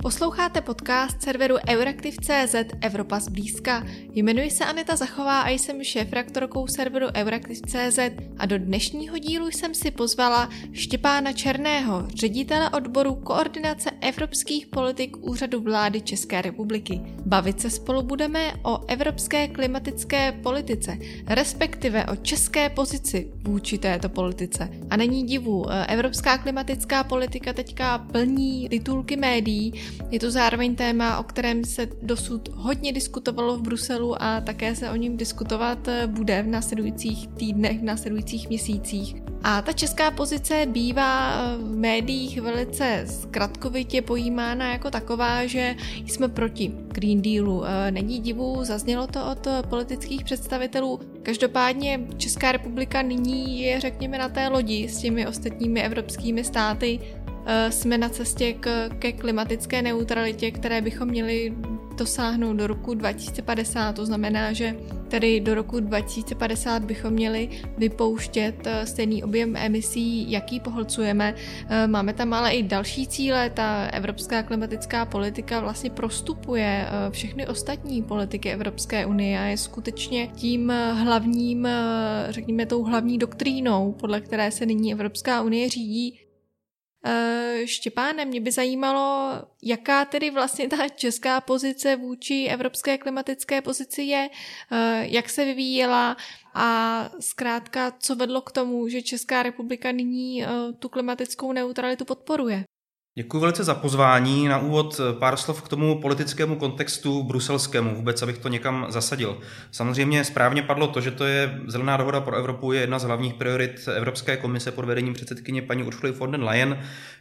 Posloucháte podcast serveru Euraktiv.cz Evropa zblízka. Jmenuji se Aneta Zachová a jsem šéfredaktorkou serveru Euraktiv.cz a do dnešního dílu jsem si pozvala Štěpána Černého, ředitele odboru koordinace evropských politik Úřadu vlády České republiky. Bavit se spolu budeme o evropské klimatické politice, respektive o české pozici vůči této politice. A není divu, evropská klimatická politika teďka plní titulky médií. Je to zároveň téma, o kterém se dosud hodně diskutovalo v Bruselu a také se o něm diskutovat bude v následujících týdnech, v následujících měsících. A ta česká pozice bývá v médiích velice zkratkovitě pojímána jako taková, že jsme proti Green Dealu. Není divu, zaznělo to od politických představitelů. Každopádně Česká republika nyní je, řekněme, na té lodi s těmi ostatními evropskými státy. Jsme na cestě ke klimatické neutralitě, které bychom měli dosáhnout do roku 2050. To znamená, že tedy do roku 2050 bychom měli vypouštět stejný objem emisí, jaký pohlcujeme. Máme tam ale i další cíle. Ta evropská klimatická politika vlastně prostupuje všechny ostatní politiky Evropské unie a je skutečně tím hlavním, řekněme, tou hlavní doktrínou, podle které se nyní Evropská unie řídí. Štěpáne, mě by zajímalo, jaká tedy vlastně ta česká pozice vůči evropské klimatické pozici je, jak se vyvíjela a zkrátka, co vedlo k tomu, že Česká republika nyní tu klimatickou neutralitu podporuje. Děkuji velice za pozvání. Na úvod pár slov k tomu politickému kontextu bruselskému, vůbec abych to někam zasadil. Samozřejmě správně padlo to, že to je zelená dohoda pro Evropu, je jedna z hlavních priorit Evropské komise pod vedením předsedkyně paní Ursuly von der Leyen.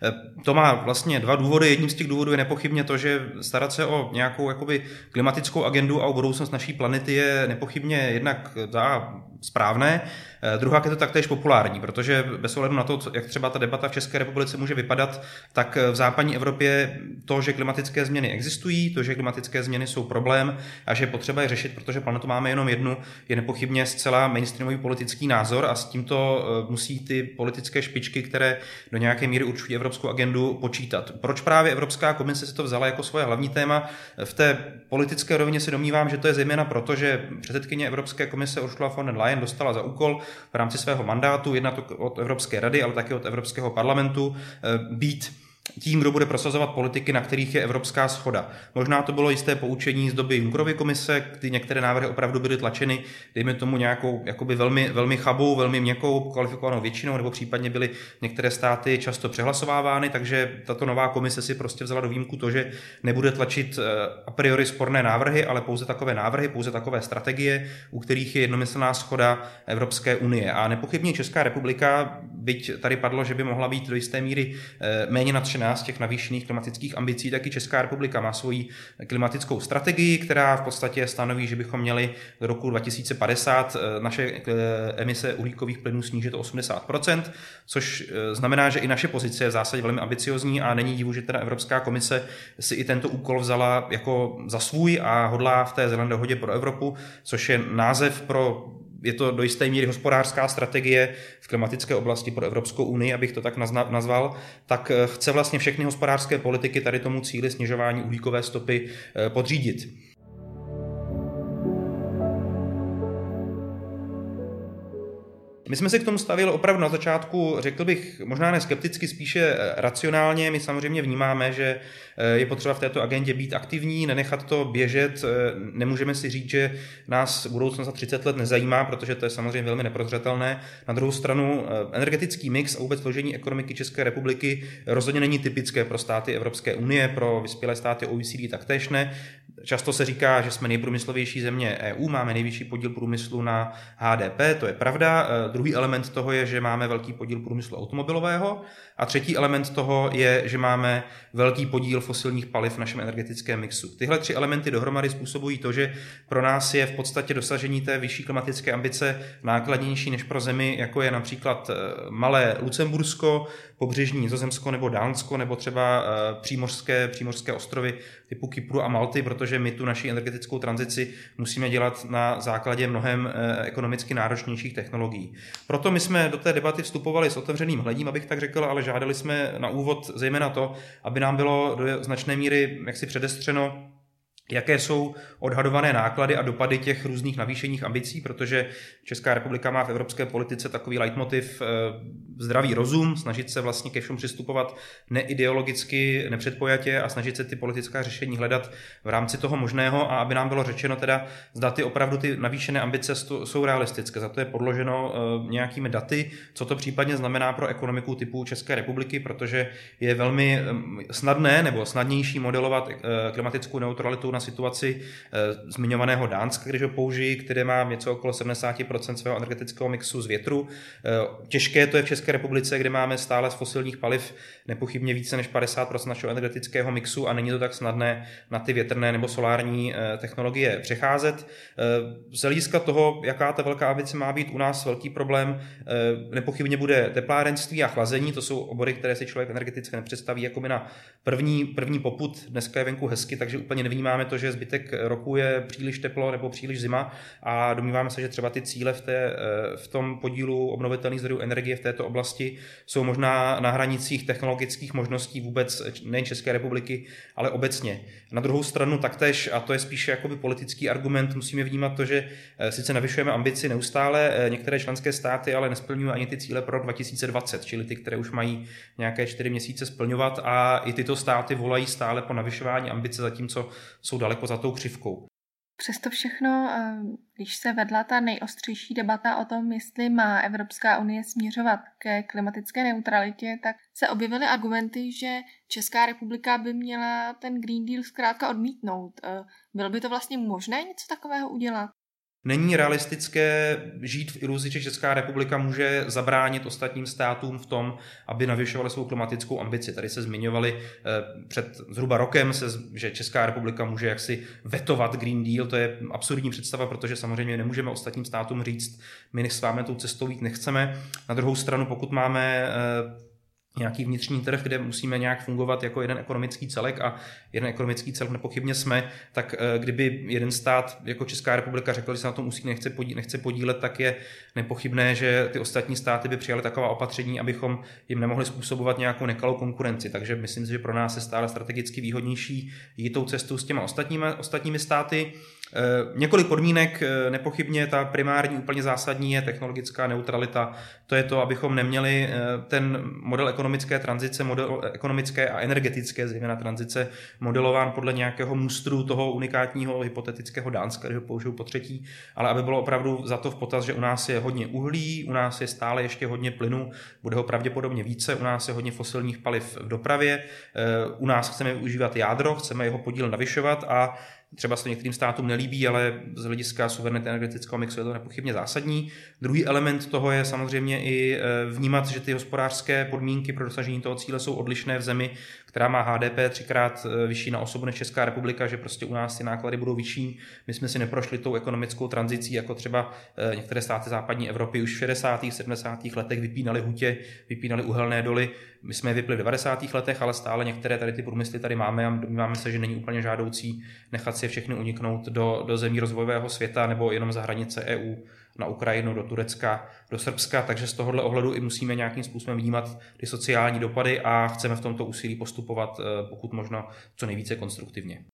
To má vlastně dva důvody. Jedním z těch důvodů je nepochybně to, že starat se o nějakou jakoby klimatickou agendu a o budoucnost naší planety je nepochybně jednak správné. Druhá je to taktéž populární, protože bez ohledu na to, jak třeba ta debata v České republice může vypadat, tak v západní Evropě to, že klimatické změny existují, to, že klimatické změny jsou problém a že je potřeba je řešit, protože planetu máme jenom jednu, je nepochybně zcela mainstreamový politický názor a s tímto musí ty politické špičky, které do nějaké míry určují evropskou agendu, počítat. Proč právě Evropská komise si to vzala jako svoje hlavní téma? V té politické rovině se domnívám, že to je zejména proto, že předsedkyně Evropské komise Ursula von der Leyen dostala za úkol v rámci svého mandátu, jednak od Evropské rady, ale také od Evropského parlamentu, být tím, kdo bude prosazovat politiky, na kterých je evropská shoda. Možná to bylo jisté poučení z doby Junckerovy komise, kdy některé návrhy opravdu byly tlačeny, dejme tomu nějakou jakoby velmi chabou, velmi měkkou kvalifikovanou většinou, nebo případně byly některé státy často přehlasovávány, takže tato nová komise si prostě vzala do výjimku to, že nebude tlačit a priori sporné návrhy, ale pouze takové návrhy, pouze takové strategie, u kterých je jednomyslná shoda Evropské unie. A nepochybně Česká republika, byť tady padlo, že by mohla být do jisté míry méně nadšená z těch navýšených klimatických ambicí, tak i Česká republika má svoji klimatickou strategii, která v podstatě stanoví, že bychom měli do roku 2050 naše emise uhlíkových plynů snížit o 80%, což znamená, že i naše pozice je v zásadě velmi ambiciozní a není divu, že teda Evropská komise si i tento úkol vzala jako za svůj a hodlá v té zelené dohodě pro Evropu, což je název je to do jisté míry hospodářská strategie v klimatické oblasti pro Evropskou unii, abych to tak nazval, tak chce vlastně všechny hospodářské politiky tady tomu cíli snižování uhlíkové stopy podřídit. My jsme se k tomu stavili opravdu na začátku, řekl bych, možná ne skepticky, spíše racionálně. My samozřejmě vnímáme, že je potřeba v této agendě být aktivní, nenechat to běžet. Nemůžeme si říct, že nás budoucnost za 30 let nezajímá, protože to je samozřejmě velmi neprozřetelné. Na druhou stranu energetický mix a vůbec složení ekonomiky České republiky rozhodně není typické pro státy Evropské unie, pro vyspělé státy OECD taktéž ne. Často se říká, že jsme nejprůmyslovější země EU, máme nejvyšší podíl průmyslu na HDP, to je pravda. Druhý element toho je, že máme velký podíl průmyslu automobilového a třetí element toho je, že máme velký podíl fosilních paliv v našem energetickém mixu. Tyhle tři elementy dohromady způsobují to, že pro nás je v podstatě dosažení té vyšší klimatické ambice nákladnější než pro zemi, jako je například malé Lucembursko, pobřežní Nizozemsko nebo Dánsko nebo třeba přímořské ostrovy typu Kypru a Malty, protože protože my tu naši energetickou tranzici musíme dělat na základě mnohem ekonomicky náročnějších technologií. Proto my jsme do té debaty vstupovali s otevřeným hledím, abych tak řekl, ale žádali jsme na úvod zejména to, aby nám bylo do značné míry jaksi předestřeno, jaké jsou odhadované náklady a dopady těch různých navýšených ambicí, protože Česká republika má v evropské politice takový leitmotiv zdravý rozum, snažit se vlastně ke všemu přistupovat neideologicky, nepředpojatě a snažit se ty politická řešení hledat v rámci toho možného a aby nám bylo řečeno teda, zda ty opravdu ty navýšené ambice jsou realistické. Za to je podloženo nějakými daty, co to případně znamená pro ekonomiku typu České republiky, protože je velmi snadné nebo snadnější modelovat klimatickou neutralitu na situaci zmiňovaného Dánska, když ho použijí, které má něco okolo 70% svého energetického mixu z větru. Těžké to je v České republice, kde máme stále z fosilních paliv nepochybně více než 50% našeho energetického mixu a není to tak snadné na ty větrné nebo solární technologie přecházet. Z hlediska toho, jaká ta velká ambice má být u nás velký problém, nepochybně bude teplárenství a chlazení, to jsou obory, které si člověk energeticky nepředstaví jako by na první popud. Dneska je venku hezky, takže úplně nevnímáme to, že zbytek roku je příliš teplo nebo příliš zima a domníváme se, že třeba ty cíle v tom podílu obnovitelných zdrojů energie v této oblasti jsou možná na hranicích technologických možností vůbec nejen České republiky, ale obecně. Na druhou stranu taktéž, a to je spíše jakoby politický argument, musíme vnímat to, že sice navyšujeme ambici neustále, některé členské státy ale nesplňují ani ty cíle pro rok 2020, čili ty, které už mají nějaké 4 měsíce splňovat a i tyto státy volají stále po navyšování ambice, zatímco jsou daleko za tou křivkou. Přesto všechno, když se vedla ta nejostřejší debata o tom, jestli má Evropská unie směřovat ke klimatické neutralitě, tak se objevily argumenty, že Česká republika by měla ten Green Deal zkrátka odmítnout. Bylo by to vlastně možné něco takového udělat? Není realistické žít v iluzi, že Česká republika může zabránit ostatním státům v tom, aby navyšovali svou klimatickou ambici. Tady se zmiňovali před zhruba rokem, že Česká republika může jaksi vetovat Green Deal. To je absurdní představa, protože samozřejmě nemůžeme ostatním státům říct, my s vámi tou cestou jít nechceme. Na druhou stranu, pokud máme nějaký vnitřní trh, kde musíme nějak fungovat jako jeden ekonomický celek a jeden ekonomický celek nepochybně jsme, tak kdyby jeden stát jako Česká republika řekl, že se na tom úsilí nechce podílet, tak je nepochybné, že ty ostatní státy by přijaly taková opatření, abychom jim nemohli způsobovat nějakou nekalou konkurenci. Takže myslím si, že pro nás je stále strategicky výhodnější jít tou cestou s těma ostatními státy. Několik podmínek, nepochybně ta primární, úplně zásadní je technologická neutralita. To je to, abychom neměli ten model ekonomické tranzice, model ekonomické a energetické zejména tranzice modelován podle nějakého mustru toho unikátního hypotetického Dánska, když ho použiju po třetí, ale aby bylo opravdu za to v potaz, že u nás je hodně uhlí, u nás je stále ještě hodně plynu, bude ho pravděpodobně více, u nás je hodně fosilních paliv v dopravě, u nás chceme využívat jádro, chceme jeho podíl navyšovat a třeba se to některým státům nelíbí, ale z hlediska suverenity energetického mixu je to nepochybně zásadní. Druhý element toho je samozřejmě i vnímat, že ty hospodářské podmínky pro dosažení toho cíle jsou odlišné v zemi, která má HDP 3x vyšší na osobu než Česká republika, že prostě u nás ty náklady budou vyšší. My jsme si neprošli tou ekonomickou tranzicí, jako třeba některé státy západní Evropy už v 60. 70. letech vypínali hutě, vypínali uhelné doly. My jsme je vypli v 90. letech, ale stále některé tady ty průmysly tady máme a domníváme se, že není úplně žádoucí nechat si je všechny uniknout do zemí rozvojového světa nebo jenom za hranice EU, na Ukrajinu, do Turecka, do Srbska, takže z tohohle ohledu i musíme nějakým způsobem vnímat ty sociální dopady a chceme v tomto úsilí postupovat pokud možno co nejvíce konstruktivně.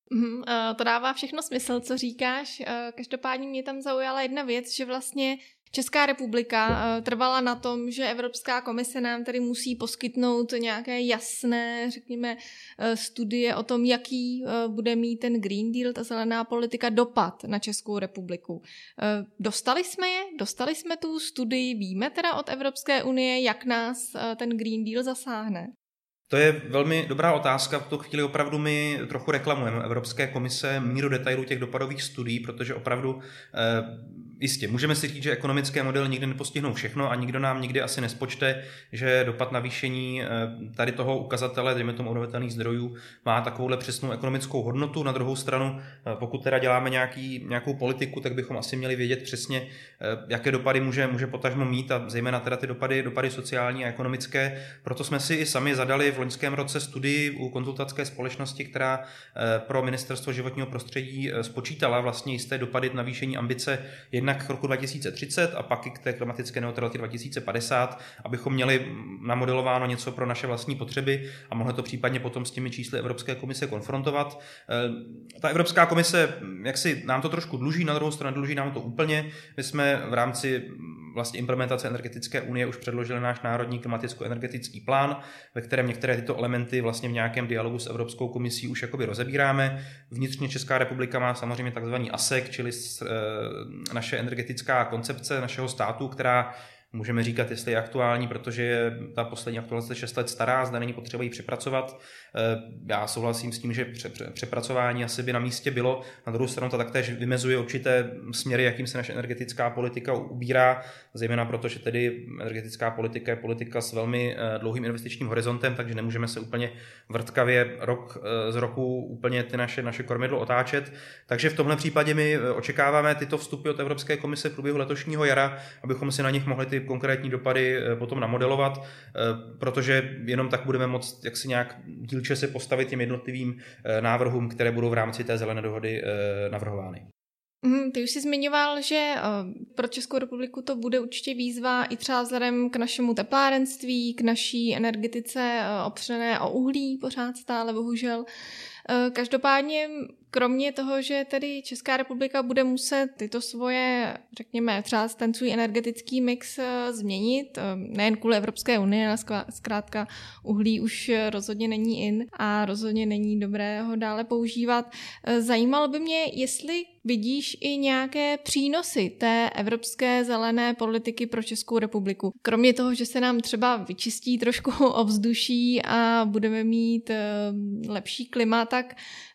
To dává všechno smysl, co říkáš. Každopádně mě tam zaujala jedna věc, že vlastně Česká republika trvala na tom, že Evropská komise nám tady musí poskytnout nějaké jasné, řekněme, studie o tom, jaký bude mít ten Green Deal, ta zelená politika, dopad na Českou republiku. Dostali jsme je? Dostali jsme tu studii? Víme teda od Evropské unie, jak nás ten Green Deal zasáhne? To je velmi dobrá otázka. V tu chvíli opravdu my trochu reklamujeme Evropské komise míru detailu těch dopadových studií, protože opravdu Jistě, můžeme si říct, že ekonomické modely nikdy nepostihnou všechno a nikdo nám nikdy asi nespočte, že dopad navýšení tady toho ukazatele, dejme tomu obnovitelných zdrojů, má takovouhle přesnou ekonomickou hodnotu. Na druhou stranu, pokud teda děláme nějakou politiku, tak bychom asi měli vědět přesně, jaké dopady může potažmo mít a zejména teda ty dopady sociální a ekonomické. Proto jsme si i sami zadali v loňském roce studii u konzultantské společnosti, která pro Ministerstvo životního prostředí spočítala vlastně jisté dopady navýšení ambice jednak k roku 2030 a pak i k té klimatické neutralitě 2050, abychom měli namodelováno něco pro naše vlastní potřeby a mohli to případně potom s těmi čísly Evropské komise konfrontovat. Ta Evropská komise, jak si nám to trošku dluží, na druhou stranu dluží nám to úplně. My jsme v rámci vlastně implementace energetické unie už předložili náš národní klimaticko-energetický plán, ve kterém některé tyto elementy vlastně v nějakém dialogu s Evropskou komisí už jakoby rozebíráme. Vnitřně Česká republika má samozřejmě takzvaný ASEK, čili naše energetická koncepce našeho státu, která můžeme říkat, jestli je aktuální, protože je ta poslední aktualizace 6 let stará, zda není potřeba ji přepracovat. Já souhlasím s tím, že přepracování asi by na místě bylo. Na druhou stranu to taktéž vymezuje určité směry, jakým se naše energetická politika ubírá, zejména proto, že tedy energetická politika je politika s velmi dlouhým investičním horizontem, takže nemůžeme se úplně vrtkavě rok z roku úplně ty naše kormidlo otáčet. Takže v tomhle případě my očekáváme tyto vstupy od Evropské komise v průběhu letošního jara, abychom si na nich mohli ty konkrétní dopady potom namodelovat, protože jenom tak budeme moct jaksi nějak dílče se postavit těm jednotlivým návrhům, které budou v rámci té zelené dohody navrhovány. Ty už jsi zmiňoval, že pro Českou republiku to bude určitě výzva i třeba vzhledem k našemu teplárenství, k naší energetice opřené o uhlí pořád stále, bohužel. Každopádně, kromě toho, že tedy Česká republika bude muset tyto svoje, řekněme, třeba ten svůj energetický mix změnit, nejen kvůli Evropské unii, ale zkrátka uhlí už rozhodně není in a rozhodně není dobré ho dále používat. Zajímalo by mě, jestli vidíš i nějaké přínosy té evropské zelené politiky pro Českou republiku. Kromě toho, že se nám třeba vyčistí trošku ovzduší a budeme mít lepší klima, tak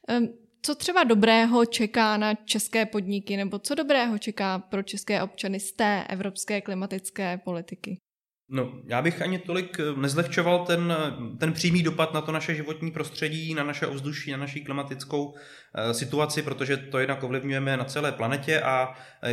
co třeba dobrého čeká na české podniky, nebo co dobrého čeká pro české občany z té evropské klimatické politiky? No, já bych ani tolik nezlehčoval ten přímý dopad na to naše životní prostředí, na naše ovzduší, na naši klimatickou situaci, protože to jednak ovlivňujeme na celé planetě a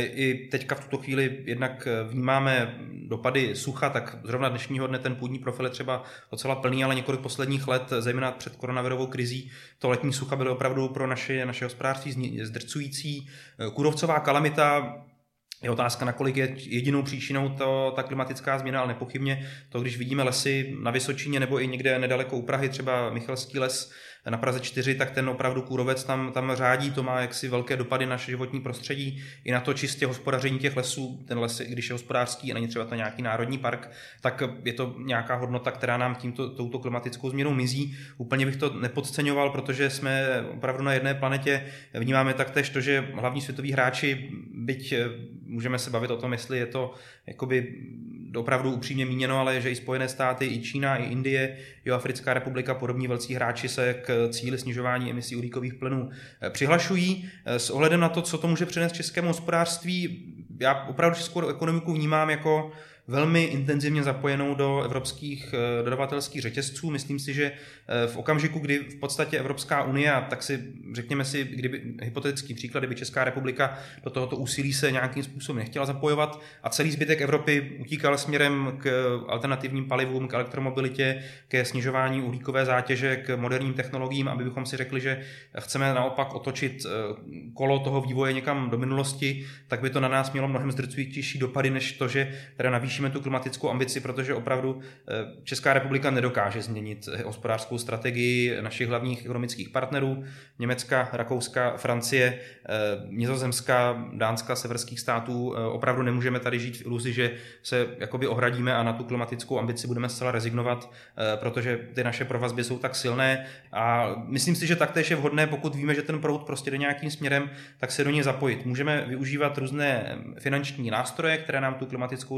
i teďka v tuto chvíli jednak vnímáme dopady sucha, tak zrovna dnešního dne ten půdní profil je třeba docela plný, ale několik posledních let, zejména před koronavirovou krizí, to letní sucha bylo opravdu pro naše hospodářství zdrcující. Kůrovcová kalamita je otázka, nakolik je jedinou příčinou ta klimatická změna, ale nepochybně to, když vidíme lesy na Vysočině nebo i někde nedaleko u Prahy, třeba Michalský les na Praze 4, tak ten opravdu kůrovec tam řádí, to má jaksi velké dopady na naše životní prostředí, i na to čistě hospodaření těch lesů. Ten les, když je hospodářský a není třeba to nějaký národní park, tak je to nějaká hodnota, která nám touto klimatickou změnou mizí. Úplně bych to nepodceňoval, protože jsme opravdu na jedné planetě. Vnímáme taktéž to, že hlavní světoví hráči, byť můžeme se bavit o tom, jestli je to jakoby opravdu upřímně míněno, ale že i Spojené státy, i Čína, i Indie, Jihoafrická republika, podobní velcí hráči se k cíli snižování emisí uhlíkových plynů přihlašují. S ohledem na to, co to může přinést českému hospodářství, já opravdu českou ekonomiku vnímám jako velmi intenzivně zapojenou do evropských dodavatelských řetězců. Myslím si, že v okamžiku, kdy v podstatě Evropská unie, a tak si řekněme si, kdyby hypotetický příklad, kdyby Česká republika do tohoto úsilí se nějakým způsobem nechtěla zapojovat a celý zbytek Evropy utíkal směrem k alternativním palivům, k elektromobilitě, ke snižování uhlíkové zátěže, k moderním technologiím, aby bychom si řekli, že chceme naopak otočit kolo toho vývoje někam do minulosti, tak by to na nás mělo mnohem zdrcujítější dopady, než to, že teda navýšíme tu klimatickou ambici, protože opravdu Česká republika nedokáže změnit hospodářskou strategii našich hlavních ekonomických partnerů, Německa, Rakouska, Francie, Nizozemska, Dánska, severských států. Opravdu nemůžeme tady žít v iluzi, že se jakoby ohradíme a na tu klimatickou ambici budeme zcela rezignovat, protože ty naše provazby jsou tak silné a myslím si, že taktéž je vhodné, pokud víme, že ten proud prostě jde nějakým směrem, tak se do něj zapojit. Můžeme využívat různé finanční nástroje, které nám tu klimatickou změnu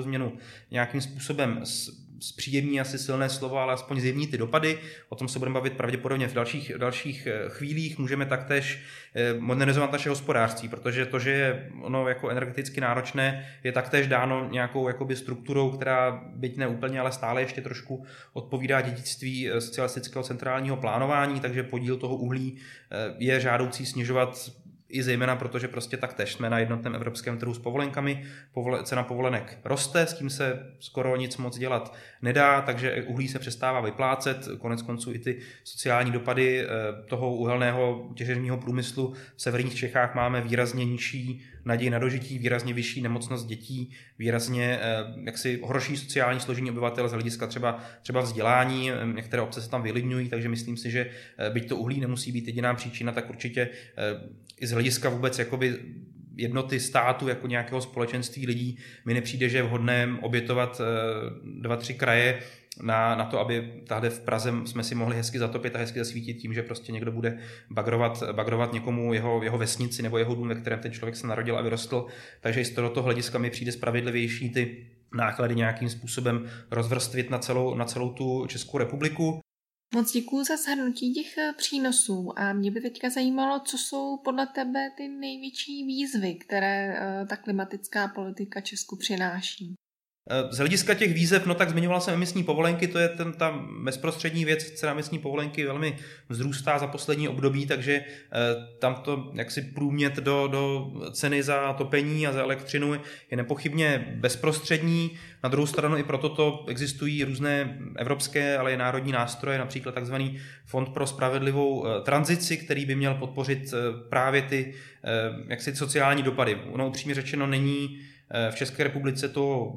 nějakým způsobem zpříjemní asi silné slovo, ale aspoň zjevní ty dopady. O tom se budeme bavit pravděpodobně v dalších chvílích. Můžeme taktéž modernizovat naše hospodářství, protože to, že je ono jako energeticky náročné, je taktéž dáno nějakou jakoby strukturou, která byť ne úplně, ale stále ještě trošku odpovídá dědictví socialistického centrálního plánování, takže podíl toho uhlí je žádoucí snižovat i zejména protože prostě taktéž jsme na jednotném evropském trhu s povolenkami, cena povolenek roste, s tím se skoro nic moc dělat nedá, takže uhlí se přestává vyplácet, konec konců i ty sociální dopady toho uhelného těžebního průmyslu v severních Čechách máme výrazně nižší naději na dožití, výrazně vyšší nemocnost dětí, výrazně jaksi horší sociální složení obyvatel z hlediska třeba vzdělání, některé obce se tam vylidňují, takže myslím si, že byť to uhlí nemusí být jediná příčina, tak určitě i z hlediska vůbec jakoby jednoty státu jako nějakého společenství lidí mi nepřijde, že je vhodné obětovat 2-3 kraje na to, aby tady v Praze jsme si mohli hezky zatopit a hezky zasvítit tím, že prostě někdo bude bagrovat někomu jeho vesnici nebo jeho dům, ve kterém ten člověk se narodil a vyrostl. Takže i z tohoto hlediska mi přijde spravedlivější ty náklady nějakým způsobem rozvrstvit na celou tu Českou republiku. Moc děkuju za shrnutí těch přínosů a mě by teďka zajímalo, co jsou podle tebe ty největší výzvy, které ta klimatická politika Česku přináší. Z hlediska těch výzev, tak zmiňoval jsem emisní povolenky, to je ta bezprostřední věc, cena emisní povolenky velmi vzrůstá za poslední období, takže tam to jaksi průmět do ceny za topení a za elektřinu je nepochybně bezprostřední. Na druhou stranu i proto to existují různé evropské, ale i národní nástroje, například takzvaný Fond pro spravedlivou tranzici, který by měl podpořit právě ty jaksi sociální dopady. Ono upřímně řečeno není v České republice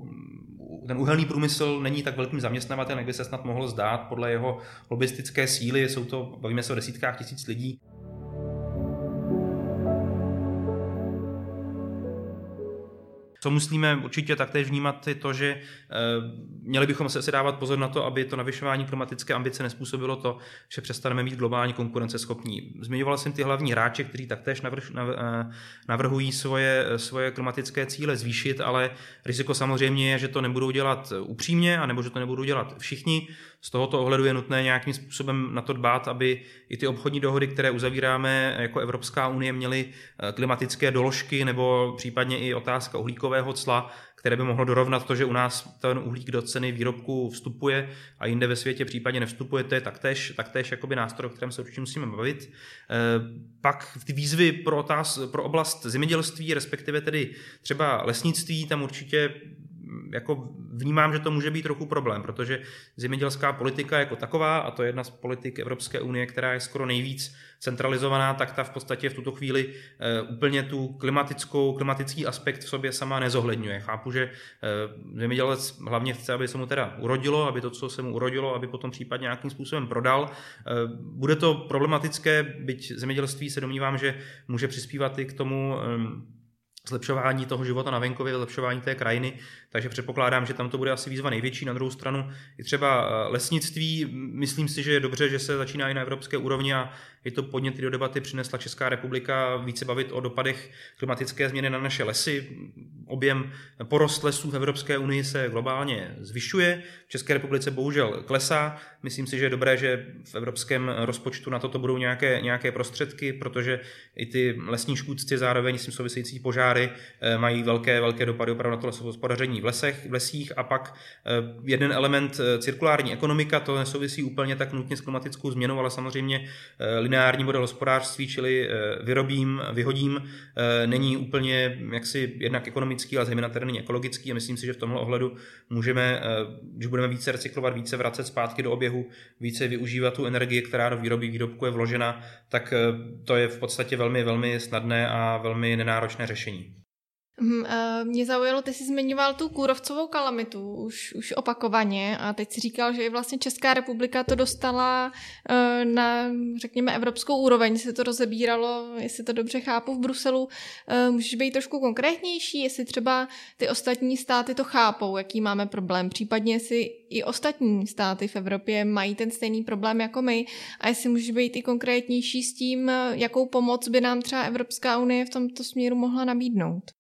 ten uhelný průmysl není tak velkým zaměstnavatelem, jak by se snad mohlo zdát podle jeho lobistické síly. Bavíme se o desítkách tisíc lidí. Co musíme určitě taktéž vnímat je to, že měli bychom se dávat pozor na to, aby to navyšování klimatické ambice nezpůsobilo to, že přestaneme mít globální konkurenceschopní. Zmiňoval jsem ty hlavní hráče, kteří taktéž navrhují svoje klimatické cíle zvýšit, ale riziko samozřejmě je, že to nebudou dělat upřímně, anebo že to nebudou dělat všichni. Z tohoto ohledu je nutné nějakým způsobem na to dbát, aby i ty obchodní dohody, které uzavíráme jako Evropská unie, měly klimatické doložky nebo případně i otázka uhlíkového cla, které by mohlo dorovnat to, že u nás ten uhlík do ceny výrobku vstupuje a jinde ve světě případně nevstupuje, to je taktéž jakoby nástroj, o kterém se určitě musíme bavit. Pak ty výzvy pro oblast zemědělství, respektive tedy třeba lesnictví, tam určitě jako vnímám, že to může být trochu problém, protože zemědělská politika jako taková, a to je jedna z politik Evropské unie, která je skoro nejvíc centralizovaná, tak ta v podstatě v tuto chvíli úplně tu klimatický aspekt v sobě sama nezohledňuje. Chápu, že zemědělec hlavně chce, aby se mu teda urodilo, aby to, co se mu urodilo, aby potom případně nějakým způsobem prodal. Bude to problematické, byť zemědělství se domnívám, že může přispívat i k tomu zlepšování toho života na venkově, zlepšování té krajiny, takže předpokládám, že tam to bude asi výzva největší. Na druhou stranu i třeba lesnictví, myslím si, že je dobře, že se začíná i na evropské úrovni a je to podnět do debaty přinesla Česká republika více bavit o dopadech klimatické změny na naše lesy. Objem porost lesů v Evropské unii se globálně zvyšuje, v České republice bohužel klesá. Myslím si, že je dobré, že v evropském rozpočtu na toto budou nějaké prostředky, protože i ty lesní škůdci zároveň s tím související požáry mají velké dopady opravdu na to lesohospodaření v lesích. A pak jeden element cirkulární ekonomika, to nesouvisí úplně tak nutně s klimatickou změnou, ale samozřejmě lineární model hospodářství, čili vyrobím, vyhodím, není úplně jaksi jednak ekonomický, ale zejména tedy není ekologický a myslím si, že v tomhle ohledu můžeme, když budeme více recyklovat, více vracet zpátky do oběhu, více využívat tu energii, která do výroby výrobku je vložena, tak to je v podstatě velmi, velmi snadné a velmi nenáročné řešení. Mě zaujalo, ty jsi zmiňoval tu kůrovcovou kalamitu už opakovaně a teď si říkal, že i vlastně Česká republika to dostala na, řekněme, evropskou úroveň, se to rozebíralo, jestli to dobře chápu, v Bruselu. Můžeš být trošku konkrétnější, jestli třeba ty ostatní státy to chápou, jaký máme problém, případně jestli i ostatní státy v Evropě mají ten stejný problém jako my a jestli můžeš být i konkrétnější s tím, jakou pomoc by nám třeba Evropská unie v tomto směru mohla nabídnout.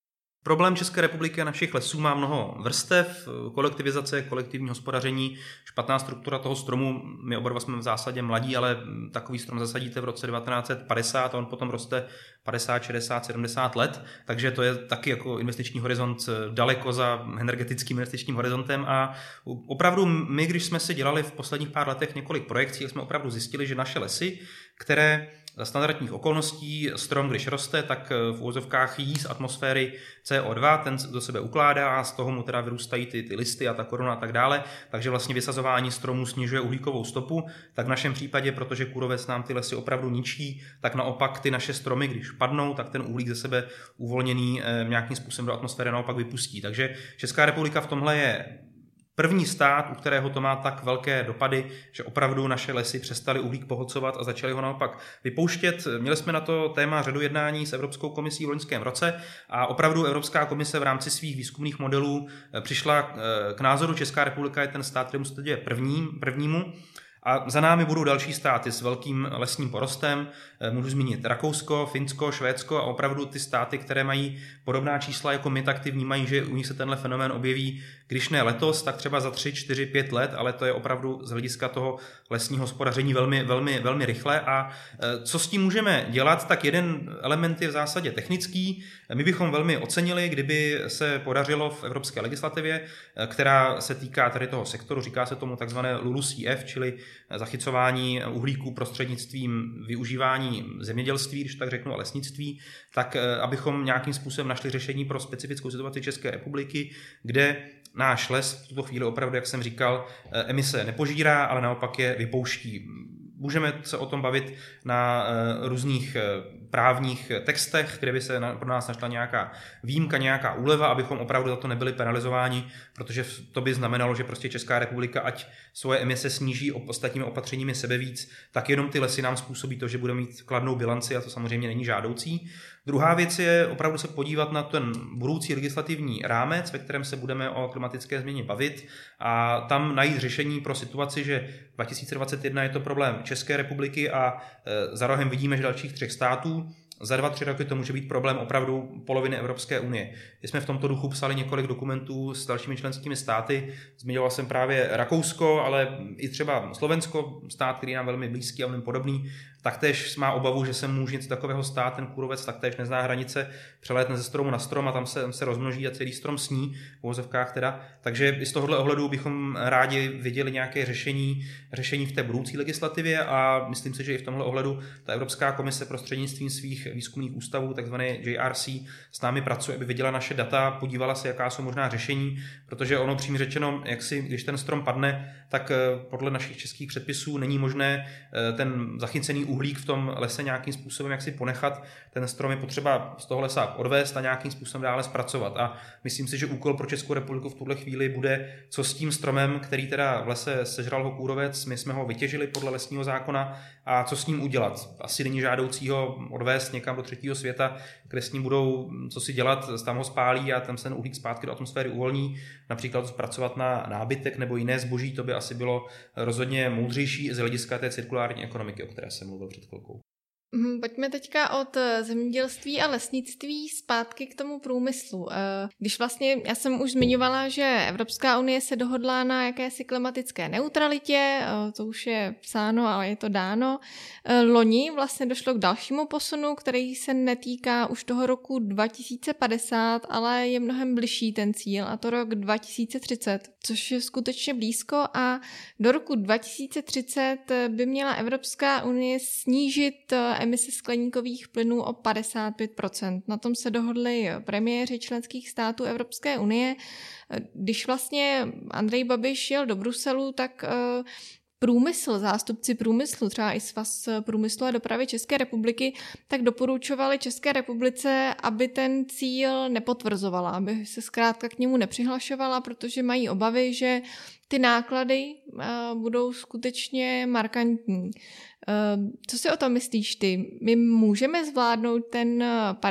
Problém České republiky a našich lesů má mnoho vrstev, kolektivizace, kolektivní hospodaření, špatná struktura toho stromu. My oba dva jsme v zásadě mladí, ale takový strom zasadíte v roce 1950 a on potom roste 50, 60, 70 let, takže to je taky jako investiční horizont daleko za energetickým investičním horizontem a opravdu my, když jsme si dělali v posledních pár letech několik projekcí, jsme opravdu zjistili, že naše lesy, které za standardních okolností strom, když roste, tak v úvozovkách jí z atmosféry CO2, ten do sebe ukládá a z toho mu teda vyrůstají ty listy a ta koruna a tak dále, takže vlastně vysazování stromů snižuje uhlíkovou stopu, tak v našem případě, protože kůrovec nám ty lesy opravdu ničí, tak naopak ty naše stromy, když padnou, tak ten uhlík ze sebe uvolněný nějakým způsobem do atmosféry naopak vypustí. Takže Česká republika v tomhle je první stát, u kterého to má tak velké dopady, že opravdu naše lesy přestaly uhlík pohlcovat a začaly ho naopak vypouštět. Měli jsme na to téma řadu jednání s Evropskou komisí v loňském roce a opravdu Evropská komise v rámci svých výzkumných modelů přišla k názoru, Česká republika je ten stát, kterému se to děje prvnímu. A za námi budou další státy s velkým lesním porostem. Můžu zmínit Rakousko, Finsko, Švédsko a opravdu ty státy, které mají podobná čísla jako my, tak ty vnímají, že u nich se tenhle fenomén objeví, když ne letos, tak třeba za 3, 4, 5 let, ale to je opravdu z hlediska toho lesního hospodaření velmi rychle. A co s tím můžeme dělat, tak jeden element je v zásadě technický. My bychom velmi ocenili, kdyby se podařilo v evropské legislativě, která se týká tady toho sektoru, říká se tomu takzvané LULUCF, čili zachycování uhlíku prostřednictvím využívání zemědělství, když tak řeknu, a lesnictví, tak abychom nějakým způsobem našli řešení pro specifickou situaci České republiky, kde náš les v tuto chvíli opravdu, jak jsem říkal, emise nepožírá, ale naopak je vypouští. Můžeme se o tom bavit na různých právních textech, kde by se pro nás našla nějaká výjimka, nějaká úleva, abychom opravdu za to nebyli penalizováni, protože to by znamenalo, že prostě Česká republika, ať svoje emise sníží ostatními opatřeními sebevíc, tak jenom ty lesy nám způsobí to, že budeme mít kladnou bilanci a to samozřejmě není žádoucí. Druhá věc je opravdu se podívat na ten budoucí legislativní rámec, ve kterém se budeme o klimatické změně bavit a tam najít řešení pro situaci, že 2021 je to problém České republiky a za rohem vidíme, že dalších 3 států. Za 2-3 roky to může být problém opravdu poloviny Evropské unie. My jsme v tomto duchu psali několik dokumentů s dalšími členskými státy. Zmiňoval jsem právě Rakousko, ale i třeba Slovensko, stát, který je nám velmi blízký a velmi podobný, taktéž má obavu, že se může něco takového stát, ten kůrovec taktéž nezná hranice, přelétne ze stromu na strom a tam se rozmnoží a celý strom sní, v uvozovkách teda. Takže i z tohohle ohledu bychom rádi viděli nějaké řešení v té budoucí legislativě a myslím si, že i v tomhle ohledu ta Evropská komise prostřednictvím svých výzkumných ústavů, takzvané JRC, s námi pracuje, aby viděla naše data, podívala se, jaká jsou možná řešení, protože ono přímě řečeno, když ten strom padne, tak podle našich českých předpisů není možné ten zachycený uhlík v tom lese nějakým způsobem jak si ponechat. Ten strom je potřeba z toho lesa odvést a nějakým způsobem dále zpracovat. A myslím si, že úkol pro Českou republiku v tuhle chvíli bude, co s tím stromem, který teda v lese sežral ho kůrovec, my jsme ho vytěžili podle lesního zákona a co s ním udělat. Asi není žádoucí ho odvést někam do třetího světa, kde s ním budou co si dělat, tam ho spálí a tam se ten uhlík zpátky do atmosféry uvolní, například to zpracovat na nábytek nebo jiné zboží, to by asi bylo rozhodně moudřejší z hlediska té cirkulární ekonomiky, o které jsem mluvil před chvilkou. Pojďme teďka od zemědělství a lesnictví zpátky k tomu průmyslu. Když vlastně, já jsem už zmiňovala, že Evropská unie se dohodla na jakési klimatické neutralitě, to už je psáno, ale je to dáno. Loni vlastně došlo k dalšímu posunu, který se netýká už toho roku 2050, ale je mnohem bližší ten cíl, a to rok 2030, což je skutečně blízko a do roku 2030 by měla Evropská unie snížit emise skleníkových plynů o 55%. Na tom se dohodli premiéři členských států Evropské unie. Když vlastně Andrej Babiš jel do Bruselu, tak zástupci průmyslu, třeba i Svaz průmyslu a dopravy České republiky, tak doporučovali České republice, aby ten cíl nepotvrzovala, aby se zkrátka k němu nepřihlašovala, protože mají obavy, že ty náklady budou skutečně markantní. Co si o tom myslíš ty? My můžeme zvládnout ten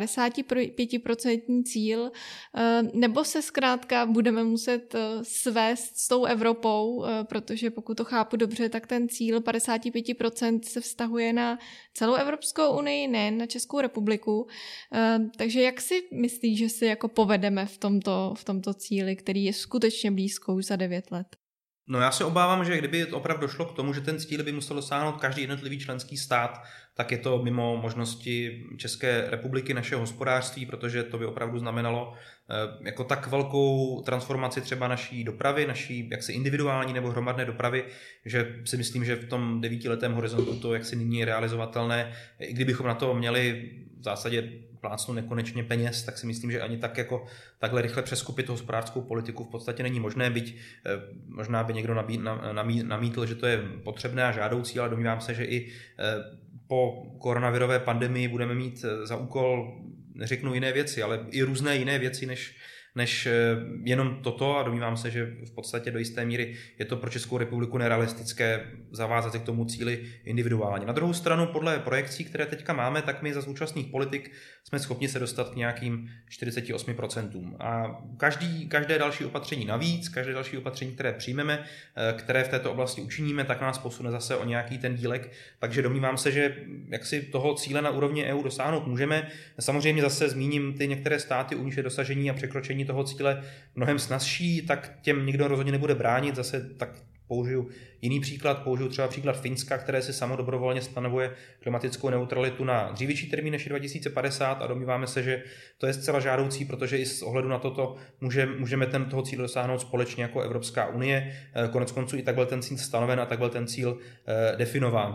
55% cíl, nebo se zkrátka budeme muset svést s tou Evropou, protože pokud to chápu dobře, tak ten cíl 55% se vztahuje na celou Evropskou unii, ne na Českou republiku. Takže jak si myslíš, že si jako povedeme v tomto cíli, který je skutečně blízko už za 9 let? No já se obávám, že kdyby opravdu došlo k tomu, že ten cíl by musel dosáhnout každý jednotlivý členský stát, tak je to mimo možnosti České republiky, našeho hospodářství, protože to by opravdu znamenalo jako tak velkou transformaci třeba naší dopravy, naší jaksi individuální nebo hromadné dopravy, že si myslím, že v tom 9letém horizontu to jaksi nyní je realizovatelné. I kdybychom na to měli v zásadě plácnout nekonečně peněz, tak si myslím, že ani tak jako takhle rychle přeskupit hospodářskou politiku v podstatě není možné, byť možná by někdo namítl, že to je potřebné a žádoucí, ale domnívám se, že i po koronavirové pandemii budeme mít za úkol, neřeknu jiné věci, ale i různé jiné věci, než jenom toto, a domnívám se, že v podstatě do jisté míry je to pro Českou republiku nerealistické zavázat se k tomu cíli individuálně. Na druhou stranu, podle projekcí, které teďka máme, tak my za současných politik jsme schopni se dostat k nějakým 48%. A každé další opatření navíc, každé další opatření, které přijmeme, které v této oblasti učiníme, tak nás posune zase o nějaký ten dílek. Takže domnívám se, že jak si toho cíle na úrovni EU dosáhnout můžeme. Samozřejmě zase zmíním ty některé státy, u nich je dosažení a překročení toho cíle mnohem snazší, tak těm nikdo rozhodně nebude bránit. Zase tak použiju jiný příklad, použiju třeba příklad Finska, které si samo dobrovolně stanovuje klimatickou neutralitu na dřívější termín než 2050 a domníváme se, že to je zcela žádoucí, protože i z ohledu na toto můžeme toho cíle dosáhnout společně jako Evropská unie. Konec konců i tak byl ten cíl stanoven a tak byl ten cíl definován.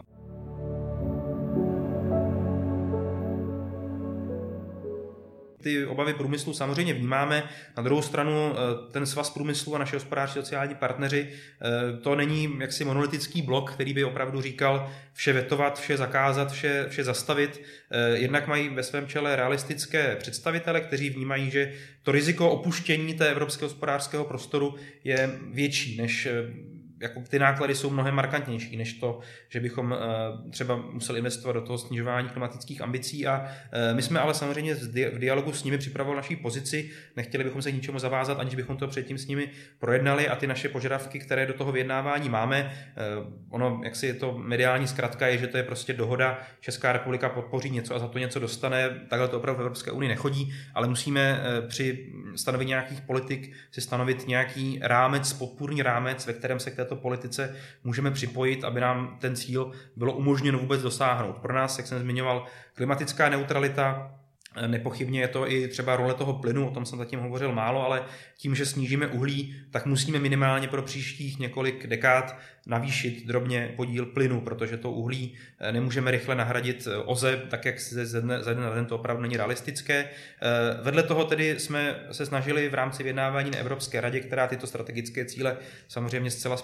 Ty obavy průmyslu samozřejmě vnímáme. Na druhou stranu ten svaz průmyslu a naše hospodářští sociální partneři, to není jaksi monolitický blok, který by opravdu říkal vše vetovat, vše zakázat, vše zastavit. Jednak mají ve svém čele realistické představitele, kteří vnímají, že to riziko opuštění té evropského hospodářského prostoru je větší než jako ty náklady jsou mnohem markantnější než to, že bychom třeba museli investovat do toho snižování klimatických ambicí a my jsme ale samozřejmě v dialogu s nimi připravovali naší pozici, nechtěli bychom se k ničemu zavázat, aniž bychom to předtím s nimi projednali a ty naše požadavky, které do toho vyjednávání máme, ono, jak si je to mediální zkratka, je, že to je prostě dohoda, Česká republika podpoří něco a za to něco dostane, takhle to opravdu v Evropské unii nechodí, ale musíme při stanovení nějakých politik si stanovit nějaký rámec, podpůrný rámec, ve kterém se k této politice můžeme připojit, aby nám ten cíl bylo umožněno vůbec dosáhnout. Pro nás, jak jsem zmiňoval, klimatická neutralita, nepochybně je to i třeba role toho plynu, o tom jsem zatím hovořil málo, ale tím, že snížíme uhlí, tak musíme minimálně pro příštích několik dekád navýšit drobně podíl plynu, protože to uhlí nemůžeme rychle nahradit OZE, tak jak ze dne na den to opravdu není realistické. Vedle toho tedy jsme se snažili v rámci vyjednávání na Evropské radě, která tyto strategické cíle samozřejmě zcela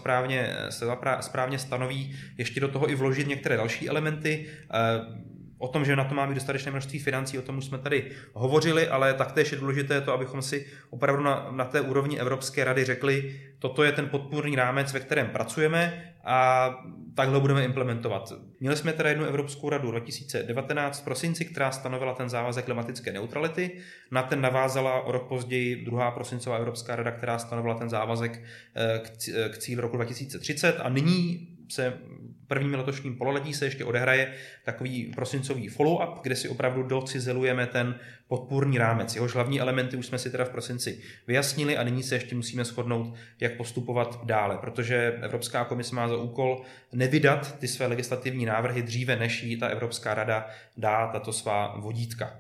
správně stanoví, ještě do toho i vložit některé další elementy. O tom, že na to má být dostatečné množství financí, o tom už jsme tady hovořili, ale taktéž je důležité to, abychom si opravdu na té úrovni Evropské rady řekli, toto je ten podpůrný rámec, ve kterém pracujeme a takhle budeme implementovat. Měli jsme teda jednu Evropskou radu 2019 v prosinci, která stanovila ten závazek klimatické neutrality. Na ten navázala o rok později druhá prosincová Evropská rada, která stanovila ten závazek k cíli roku 2030 a nyní se prvním letošním pololetí se ještě odehraje takový prosincový follow-up, kde si opravdu docizelujeme ten podpůrný rámec. Jehož hlavní elementy už jsme si teda v prosinci vyjasnili a nyní se ještě musíme shodnout, jak postupovat dále, protože Evropská komise má za úkol nevydat ty své legislativní návrhy dříve, než jí ta Evropská rada dá tato svá vodítka.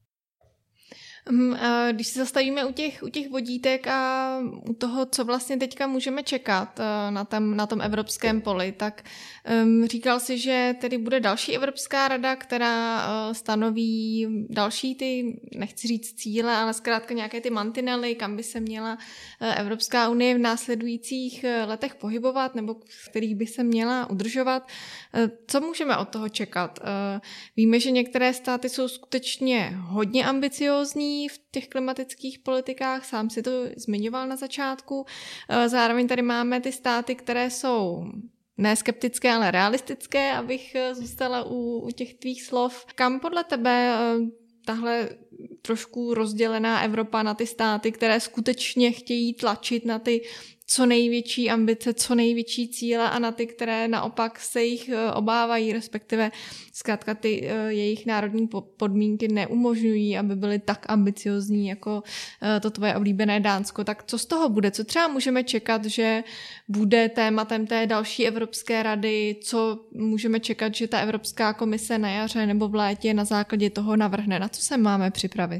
Když se zastavíme u těch vodítek a u toho, co vlastně teďka můžeme čekat na tom evropském poli, tak říkal si, že tedy bude další Evropská rada, která stanoví další ty, nechci říct cíle, ale zkrátka nějaké ty mantinely, kam by se měla Evropská unie v následujících letech pohybovat nebo v kterých by se měla udržovat. Co můžeme od toho čekat? Víme, že některé státy jsou skutečně hodně ambiciózní v těch klimatických politikách, sám si to zmiňoval na začátku. Zároveň tady máme ty státy, které jsou ne skeptické, ale realistické, abych zůstala u těch tvých slov. Kam podle tebe tahle trošku rozdělená Evropa na ty státy, které skutečně chtějí tlačit na ty co největší ambice, co největší cíle a na ty, které naopak se jich obávají, respektive zkrátka ty jejich národní podmínky neumožňují, aby byly tak ambiciozní jako to tvoje oblíbené Dánsko. Tak co z toho bude? Co třeba můžeme čekat, že bude tématem té další Evropské rady? Co můžeme čekat, že ta Evropská komise na jaře nebo v létě na základě toho navrhne? Na co se máme připravit?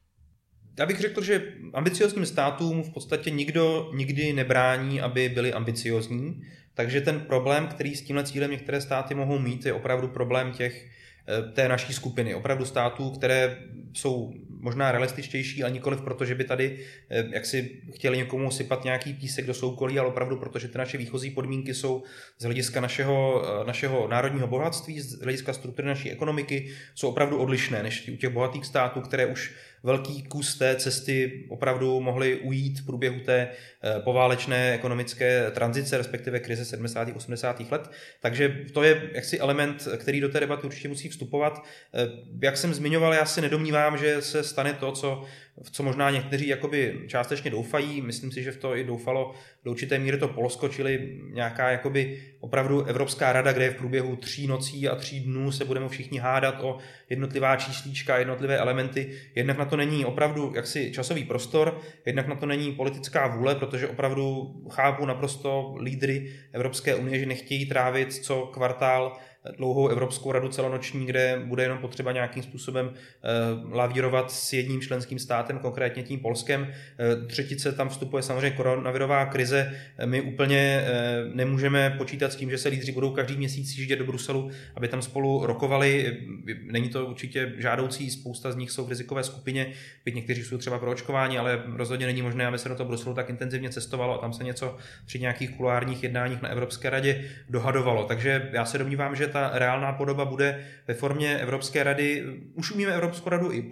Já bych řekl, že ambiciozním státům v podstatě nikdo nikdy nebrání, aby byli ambiciozní, takže ten problém, který s tímhle cílem některé státy mohou mít, je opravdu problém té naší skupiny, opravdu států, které jsou možná realističtější, ale nikoliv proto, že by tady jaksi chtěli někomu sypat nějaký písek do soukolí, ale opravdu proto, že ty naše výchozí podmínky jsou z hlediska našeho národního bohatství, z hlediska struktury naší ekonomiky, jsou opravdu odlišné než u těch bohatých států, které už velký kus té cesty opravdu mohli ujít v průběhu té poválečné ekonomické tranzice, respektive krize 70. 80. let. Takže to je jaksi element, který do té debaty určitě musí vstupovat. Jak jsem zmiňoval, já si nedomnívám, že se stane to, co možná někteří jakoby částečně doufají. Myslím si, že v to i doufalo do určité míry to Polsko, čili nějaká jakoby opravdu Evropská rada, kde v průběhu 3 nocí a 3 dnů se budeme všichni hádat o jednotlivá číslíčka, jednotlivé elementy. Jednak na to není opravdu jaksi časový prostor, jednak na to není politická vůle, protože opravdu chápu naprosto lídry Evropské unie, že nechtějí trávit co kvartál dlouhou Evropskou radu celonoční, kde bude jenom potřeba nějakým způsobem lavírovat s jedním členským státem, konkrétně tím Polskem. Třetice tam vstupuje samozřejmě koronavirová krize. My úplně nemůžeme počítat s tím, že se lídři budou každý měsíc jíždět do Bruselu, aby tam spolu rokovali. Není to určitě žádoucí, spousta z nich jsou v rizikové skupině, byť někteří jsou třeba pro očkování, ale rozhodně není možné, aby se do toho Bruselu tak intenzivně cestovalo a tam se něco při nějakých kuloárních jednáních na Evropské radě dohadovalo. Takže já se domnívám, že ta reálná podoba bude ve formě Evropské rady. Už umíme Evropskou radu i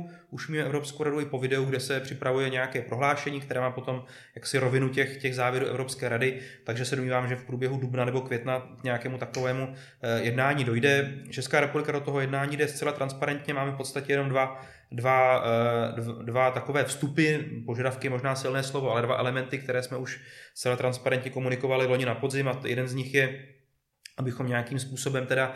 po videu, kde se připravuje nějaké prohlášení, které má potom jaksi rovinu těch závěrů Evropské rady, takže se domnívám, že v průběhu dubna nebo května k nějakému takovému jednání dojde. Česká republika do toho jednání jde zcela transparentně, máme v podstatě jenom dva takové vstupy, požadavky, možná silné slovo, ale 2 elementy, které jsme už zcela transparentně komunikovali loni na podzim, a jeden z nich je, abychom nějakým způsobem teda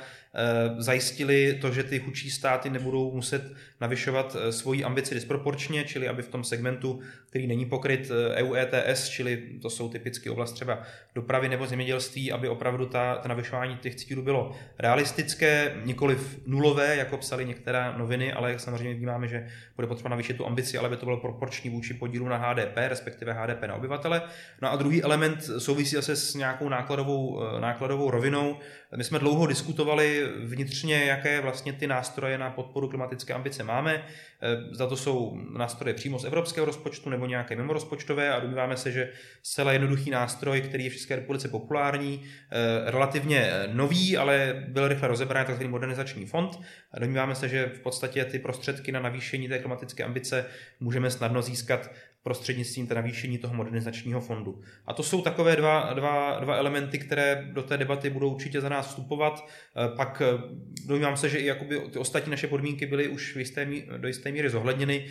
zajistili to, že ty chudší státy nebudou muset navyšovat svoji ambici disproporčně, čili aby v tom segmentu, který není pokryt EU ETS, čili to jsou typicky oblast třeba dopravy nebo zemědělství, aby opravdu ta navyšování těch cílů bylo realistické, nikoliv nulové, jako psali některé noviny, ale samozřejmě vnímáme, že bude potřeba navýšit tu ambici, ale aby to bylo proporční vůči podílu na HDP, respektive HDP na obyvatele. No a druhý element souvisí zase s nějakou nákladovou rovinou. My jsme dlouho diskutovali vnitřně, jaké vlastně ty nástroje na podporu klimatické ambice máme. Za to jsou nástroje přímo z evropského rozpočtu nebo nějaké mimorozpočtové a domníváme se, že zcela jednoduchý nástroj, který je v České republice populární, relativně nový, ale byl rychle rozebrán, takzvaný modernizační fond. Domníváme se, že v podstatě ty prostředky na navýšení té klimatické ambice můžeme snadno získat prostřednictvím navýšení toho modernizačního fondu. A to jsou takové dva elementy, které do té debaty budou určitě za nás vstupovat. Pak domnívám se, že i jakoby ty ostatní naše podmínky byly už do jisté míry zohledněny.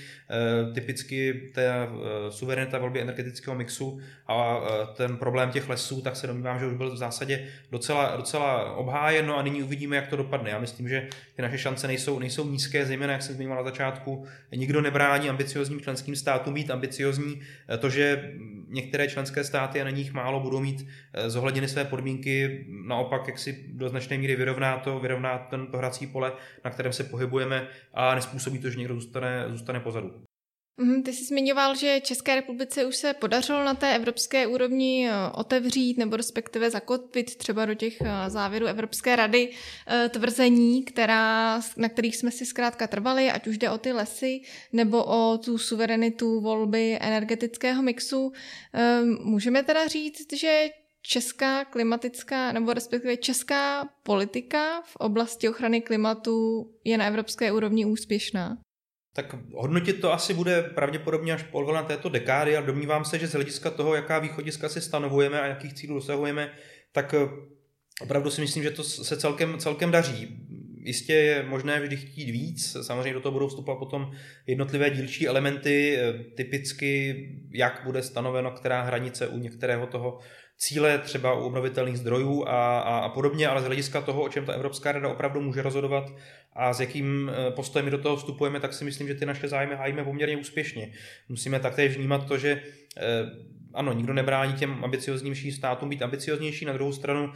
Typicky ta suverenita volby energetického mixu a ten problém těch lesů, tak se domnívám, že už byl v zásadě docela obhájen, no a nyní uvidíme, jak to dopadne. Já myslím, že ty naše šance nejsou nízké, zejména jak jsem zmiňoval na začátku. Nikdo nebrání ambiciozním členským státům být ambiciozní. To, že některé členské státy a na nich málo budou mít zohledněny své podmínky, naopak jak si do značné míry vyrovná to hrací pole, na kterém se pohybujeme a nespůsobí to, že někdo zůstane pozadu. Ty jsi zmiňoval, že České republice už se podařilo na té evropské úrovni otevřít nebo respektive zakotvit třeba do těch závěrů Evropské rady tvrzení, na kterých jsme si zkrátka trvali, ať už jde o ty lesy nebo o tu suverenitu volby energetického mixu. Můžeme teda říct, že česká klimatická nebo respektive česká politika v oblasti ochrany klimatu je na evropské úrovni úspěšná? Tak hodnotit to asi bude pravděpodobně až polovina této dekády a domnívám se, že z hlediska toho, jaká východiska si stanovujeme a jakých cílů dosahujeme, tak opravdu si myslím, že to se celkem daří. Jistě je možné vždy chtít víc, samozřejmě do toho budou vstupovat potom jednotlivé dílčí elementy, typicky jak bude stanoveno, která hranice u některého toho cíle, třeba u obnovitelných zdrojů a podobně, ale z hlediska toho, o čem ta Evropská rada opravdu může rozhodovat a s jakým postojem do toho vstupujeme, tak si myslím, že ty naše zájmy hájíme poměrně úspěšně. Musíme taktéž vnímat to, že ano, nikdo nebrání těm ambicioznějším státům být ambicioznější, na druhou stranu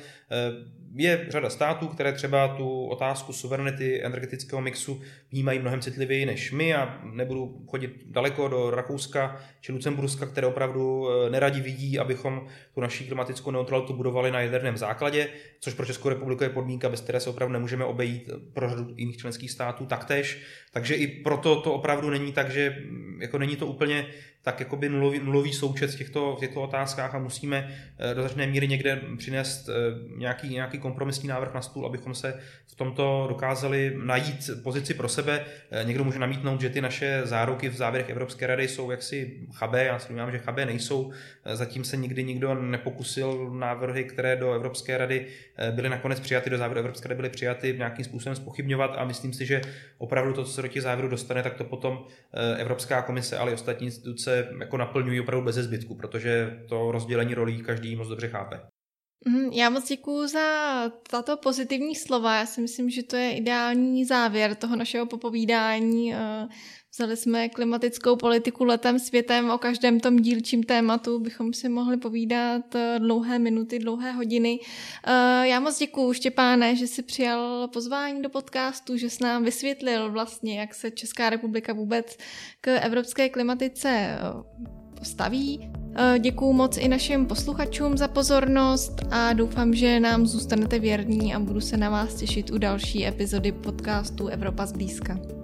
je řada států, které třeba tu otázku suverenity energetického mixu vnímají mnohem citlivěji než my a nebudu chodit daleko do Rakouska či Lucemburska, které opravdu neradi vidí, abychom tu naši klimatickou neutralitu budovali na jaderném základě, což pro Českou republiku je podmínka, bez které se opravdu nemůžeme obejít, pro řadu jiných členských států taktéž. Takže i proto to opravdu není tak, že jako není to úplně tak jakoby nulový součet v těchto otázkách a musíme do značné míry někde přinést nějaký kompromisní návrh na stůl, abychom se v tomto dokázali najít pozici pro sebe. Někdo může namítnout, že ty naše záruky v závěrech Evropské rady jsou jaksi chabé, já si domnívám, že chabé nejsou. Zatím se nikdy nikdo nepokusil návrhy, které do Evropské rady byly nakonec přijaty, do závěru Evropské rady byly přijaty, nějakým způsobem zpochybňovat a myslím si, že opravdu to, co se do těch závěrů dostane, tak to potom Evropská komise, ale i ostatní instituce jako naplňují opravdu bez zbytku, protože to rozdělení rolí každý moc dobře chápe. Já moc děkuju za tato pozitivní slova. Já si myslím, že to je ideální závěr toho našeho popovídání. Vzali jsme klimatickou politiku letem světem, o každém tom dílčím tématu bychom si mohli povídat dlouhé minuty, dlouhé hodiny. Já moc děkuju, Štěpáne, že jsi přijal pozvání do podcastu, že jsi nám vysvětlil vlastně, jak se Česká republika vůbec k evropské klimatice postaví. Děkuju moc i našim posluchačům za pozornost a doufám, že nám zůstanete věrní a budu se na vás těšit u další epizody podcastu Evropa zblízka.